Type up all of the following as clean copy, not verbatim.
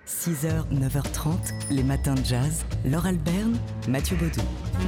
6h, 9h30, les matins de jazz. Laure Alberne, Mathieu Baudou.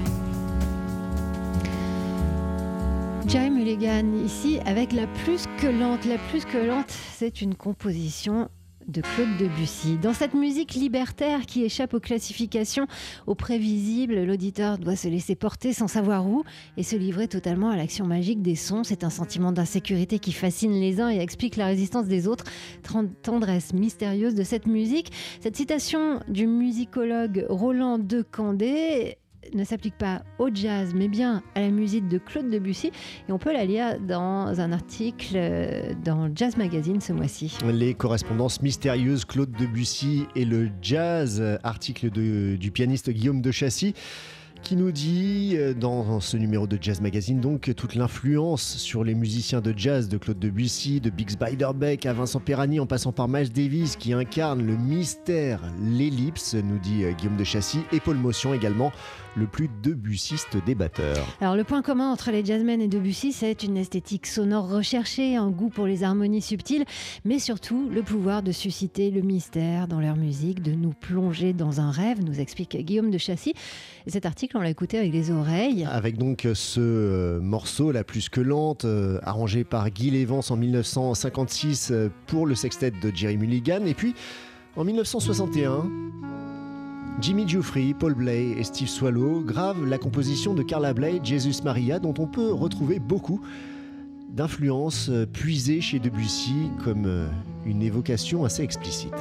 Jerry Mulligan ici avec La Plus que Lente. La Plus que Lente, c'est une composition de Claude Debussy. Dans cette musique libertaire qui échappe aux classifications, aux prévisibles, l'auditeur doit se laisser porter sans savoir où et se livrer totalement à l'action magique des sons. C'est un sentiment d'insécurité qui fascine les uns et explique la résistance des autres. Tendresse mystérieuse de cette musique. Cette citation du musicologue Roland de Candé ne s'applique pas au jazz, mais bien à la musique de Claude Debussy. Et on peut la lire dans un article dans Jazz Magazine ce mois-ci. Les correspondances mystérieuses, Claude Debussy et le jazz, article du pianiste Guillaume de Chassis, qui nous dit dans ce numéro de Jazz Magazine donc toute l'influence sur les musiciens de jazz de Claude Debussy, de Bix Beiderbecke à Vincent Perani en passant par Miles Davis qui incarne le mystère, l'ellipse, nous dit Guillaume de Chassis, et Paul Motion également, le plus debussiste des batteurs. Alors le point commun entre les jazzmen et Debussy, c'est une esthétique sonore recherchée, un goût pour les harmonies subtiles, mais surtout le pouvoir de susciter le mystère dans leur musique, de nous plonger dans un rêve, nous explique Guillaume de Chassis. Et cet article, on l'a écouté avec les oreilles. Avec donc ce morceau, La Plus que Lente, arrangé par Gil Evans en 1956 pour le sextet de Jerry Mulligan. Et puis, en 1961, Jimmy Giuffre, Paul Bley et Steve Swallow gravent la composition de Carla Bley, Jesus Maria, dont on peut retrouver beaucoup d'influences puisées chez Debussy comme une évocation assez explicite.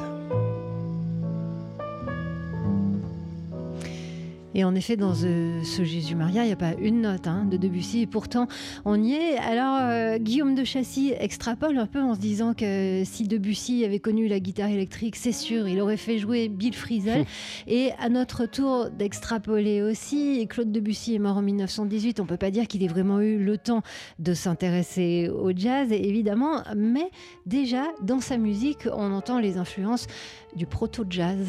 Et en effet, dans ce Jésus Maria, il n'y a pas une note de Debussy, et pourtant on y est. Alors Guillaume de Chassis extrapole un peu en se disant que si Debussy avait connu la guitare électrique, c'est sûr, il aurait fait jouer Bill Frisell. Et à notre tour d'extrapoler aussi, Claude Debussy est mort en 1918, on ne peut pas dire qu'il ait vraiment eu le temps de s'intéresser au jazz, évidemment, mais déjà dans sa musique, on entend les influences du proto-jazz.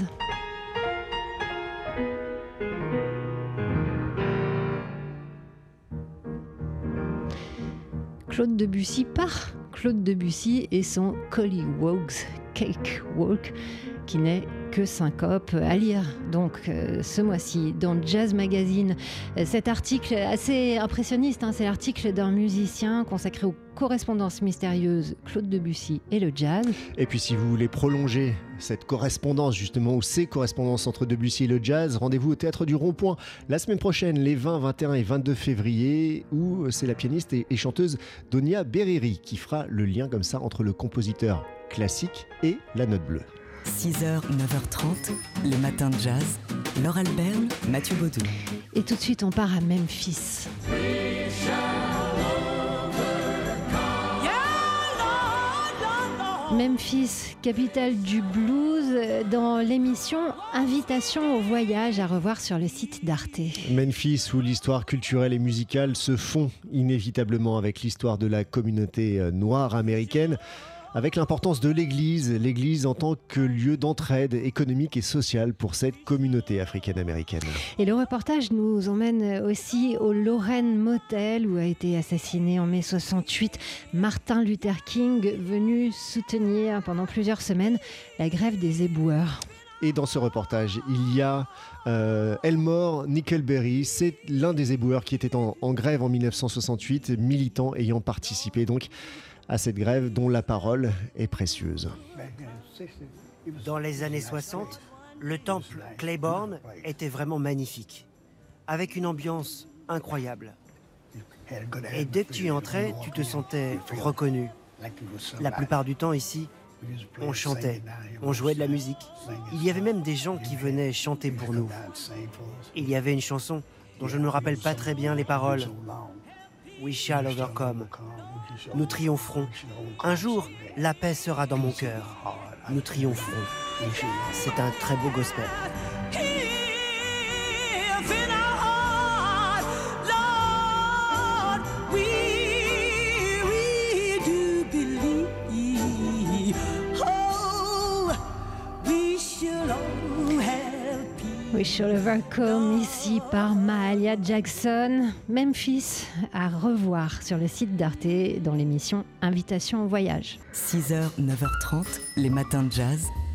Claude Debussy par Claude Debussy et son Collywog's Cakewalk, qui n'est que syncope, à lire donc ce mois-ci dans Jazz Magazine. Cet article assez impressionniste, c'est l'article d'un musicien consacré aux correspondances mystérieuses Claude Debussy et le jazz. Et puis si vous voulez prolonger cette correspondance justement, ou ces correspondances entre Debussy et le jazz, rendez-vous au Théâtre du Rond-Point la semaine prochaine, les 20, 21 et 22 février, où c'est la pianiste et chanteuse Donia Beriri qui fera le lien comme ça entre le compositeur classique et la note bleue. 6h, 9h30, les matins de jazz. Laure Alberne, Mathieu Baudou. Et tout de suite, on part à Memphis. Memphis, capitale du blues, dans l'émission Invitation au voyage à revoir sur le site d'Arte. Memphis, où l'histoire culturelle et musicale se fond inévitablement avec l'histoire de la communauté noire américaine, avec l'importance de l'Église en tant que lieu d'entraide économique et sociale pour cette communauté africaine-américaine. Et le reportage nous emmène aussi au Lorraine Motel, où a été assassiné en mai 68 Martin Luther King, venu soutenir pendant plusieurs semaines la grève des éboueurs. Et dans ce reportage, il y a Elmore Nickelberry, c'est l'un des éboueurs qui était en grève en 1968, militant ayant participé donc à cette grève dont la parole est précieuse. Dans les années 60, le temple Claiborne était vraiment magnifique, avec une ambiance incroyable. Et dès que tu y entrais, tu te sentais reconnu. La plupart du temps ici, on chantait, on jouait de la musique. Il y avait même des gens qui venaient chanter pour nous. Il y avait une chanson dont je ne me rappelle pas très bien les paroles. We shall overcome. Nous triompherons. Un jour, la paix sera dans mon cœur. Nous triompherons. C'est un très beau gospel. We Shall Overcome, ici par Mahalia Jackson. Memphis à revoir sur le site d'Arte dans l'émission Invitation au voyage. 6h, 9h30, les matins de jazz.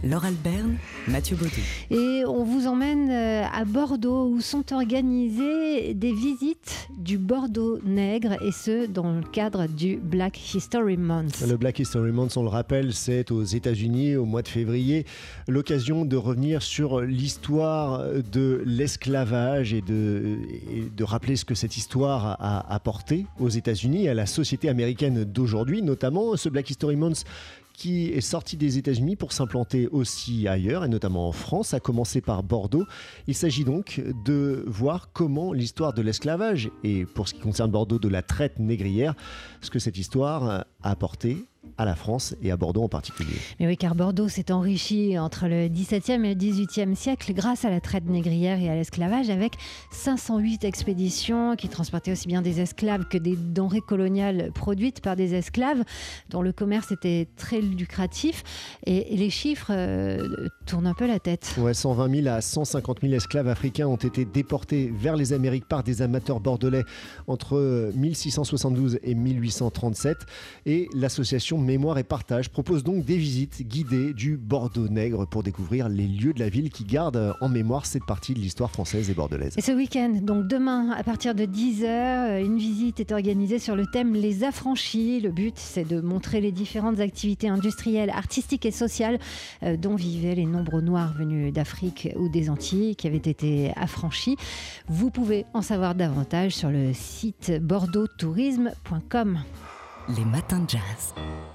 Laure Alberne, Mathieu Baudou. Et on vous emmène à Bordeaux où sont organisées des visites du Bordeaux nègre et ce dans le cadre du Black History Month. Le Black History Month, on le rappelle, c'est aux États-Unis au mois de février, l'occasion de revenir sur l'histoire de l'esclavage et de rappeler ce que cette histoire a apporté aux États-Unis, à la société américaine d'aujourd'hui, notamment ce Black History Month qui est sorti des États-Unis pour s'implanter aussi ailleurs, et notamment en France, à commencer par Bordeaux. Il s'agit donc de voir comment l'histoire de l'esclavage, et pour ce qui concerne Bordeaux, de la traite négrière, ce que cette histoire a apporté à la France et à Bordeaux en particulier. Mais oui, car Bordeaux s'est enrichi entre le XVIIe et le XVIIIe siècle grâce à la traite négrière et à l'esclavage, avec 508 expéditions qui transportaient aussi bien des esclaves que des denrées coloniales produites par des esclaves, dont le commerce était très lucratif. Et les chiffres tournent un peu la tête. Ouais, 120 000 à 150 000 esclaves africains ont été déportés vers les Amériques par des amateurs bordelais entre 1672 et 1837. Et l'association Mémoire et Partage propose donc des visites guidées du Bordeaux nègre pour découvrir les lieux de la ville qui gardent en mémoire cette partie de l'histoire française et bordelaise. Et ce week-end, donc demain, à partir de 10h, une visite est organisée sur le thème Les Affranchis. Le but, c'est de montrer les différentes activités industrielles, artistiques et sociales dont vivaient les nombreux Noirs venus d'Afrique ou des Antilles qui avaient été affranchis. Vous pouvez en savoir davantage sur le site bordeautourisme.com. Les matins de jazz.